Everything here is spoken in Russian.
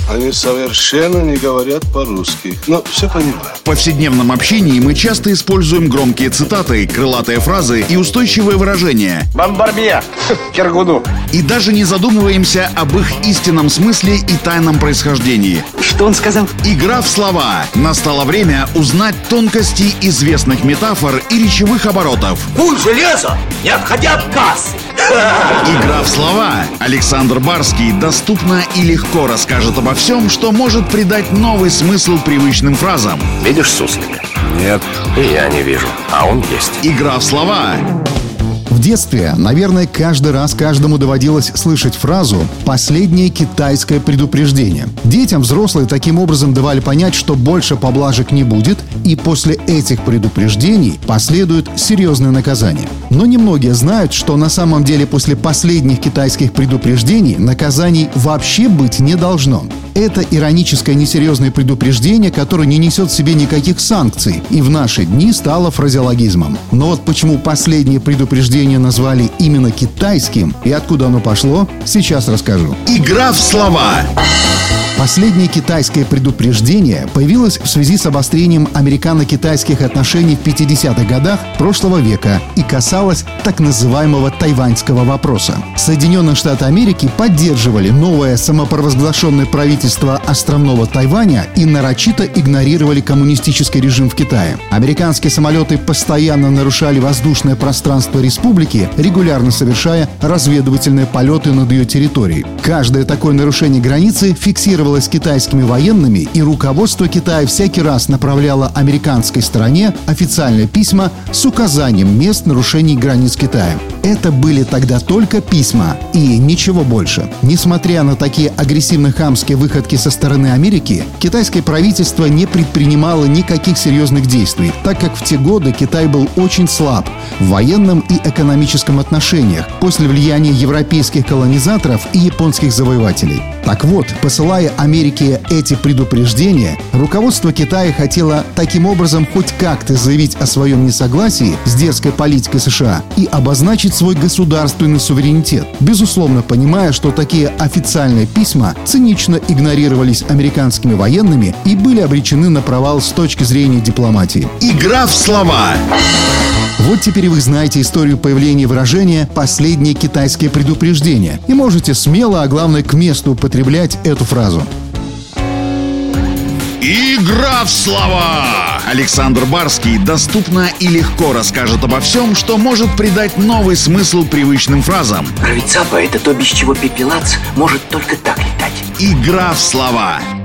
Они совершенно не говорят по-русски, но все понимаю. В повседневном общении мы часто используем громкие цитаты, крылатые фразы и устойчивые выражения. Бомбарбье, Киргуду. И даже не задумываемся об их истинном смысле и тайном происхождении. Что он сказал? Игра в слова. Настало время узнать тонкости известных метафор и речевых оборотов. Куй железо, не отходя от кассы. Игра в слова. Александр Барский доступно и легко расскажет обо всем, что может придать новый смысл привычным фразам. Видишь суслика? Нет. И я не вижу, а он есть. Игра в слова. В детстве, наверное, каждый раз каждому доводилось слышать фразу «последнее китайское предупреждение». Детям взрослые таким образом давали понять, что больше поблажек не будет, и после этих предупреждений последует серьезное наказание. Но немногие знают, что на самом деле после последних китайских предупреждений наказаний вообще быть не должно. Это ироническое несерьезное предупреждение, которое не несет в себе никаких санкций, и в наши дни стало фразеологизмом. Но вот почему последнее предупреждение назвали именно китайским и откуда оно пошло, сейчас расскажу. Игра в слова. Последнее китайское предупреждение появилось в связи с обострением американо-китайских отношений в 50-х годах прошлого века и касалось так называемого тайваньского вопроса. Соединенные Штаты Америки поддерживали новое самопровозглашенное правительство островного Тайваня и нарочито игнорировали коммунистический режим в Китае. Американские самолеты постоянно нарушали воздушное пространство республики, регулярно совершая разведывательные полеты над ее территорией. Каждое такое нарушение границы фиксировалось китайскими военными, и руководство Китая всякий раз направляло американской стороне официальные письма с указанием мест нарушений границ Китая. Это были тогда только письма и ничего больше. Несмотря на такие агрессивно-хамские выходки со стороны Америки, китайское правительство не предпринимало никаких серьезных действий, так как в те годы Китай был очень слаб в военном и экономическом отношениях после влияния европейских колонизаторов и японских завоевателей. Так вот, посылая Америке эти предупреждения, руководство Китая хотело таким образом хоть как-то заявить о своем несогласии с дерзкой политикой США и обозначить свой государственный суверенитет, безусловно понимая, что такие официальные письма цинично игнорировались американскими военными и были обречены на провал с точки зрения дипломатии. Игра в слова. Вот теперь вы знаете историю появления выражения «последнее китайское предупреждение» и можете смело, а главное к месту употреблять эту фразу. Игра в слова. Александр Барский доступно и легко расскажет обо всем, что может придать новый смысл привычным фразам. Рыцапа — это то, без чего пепелац может только так летать. Игра в слова.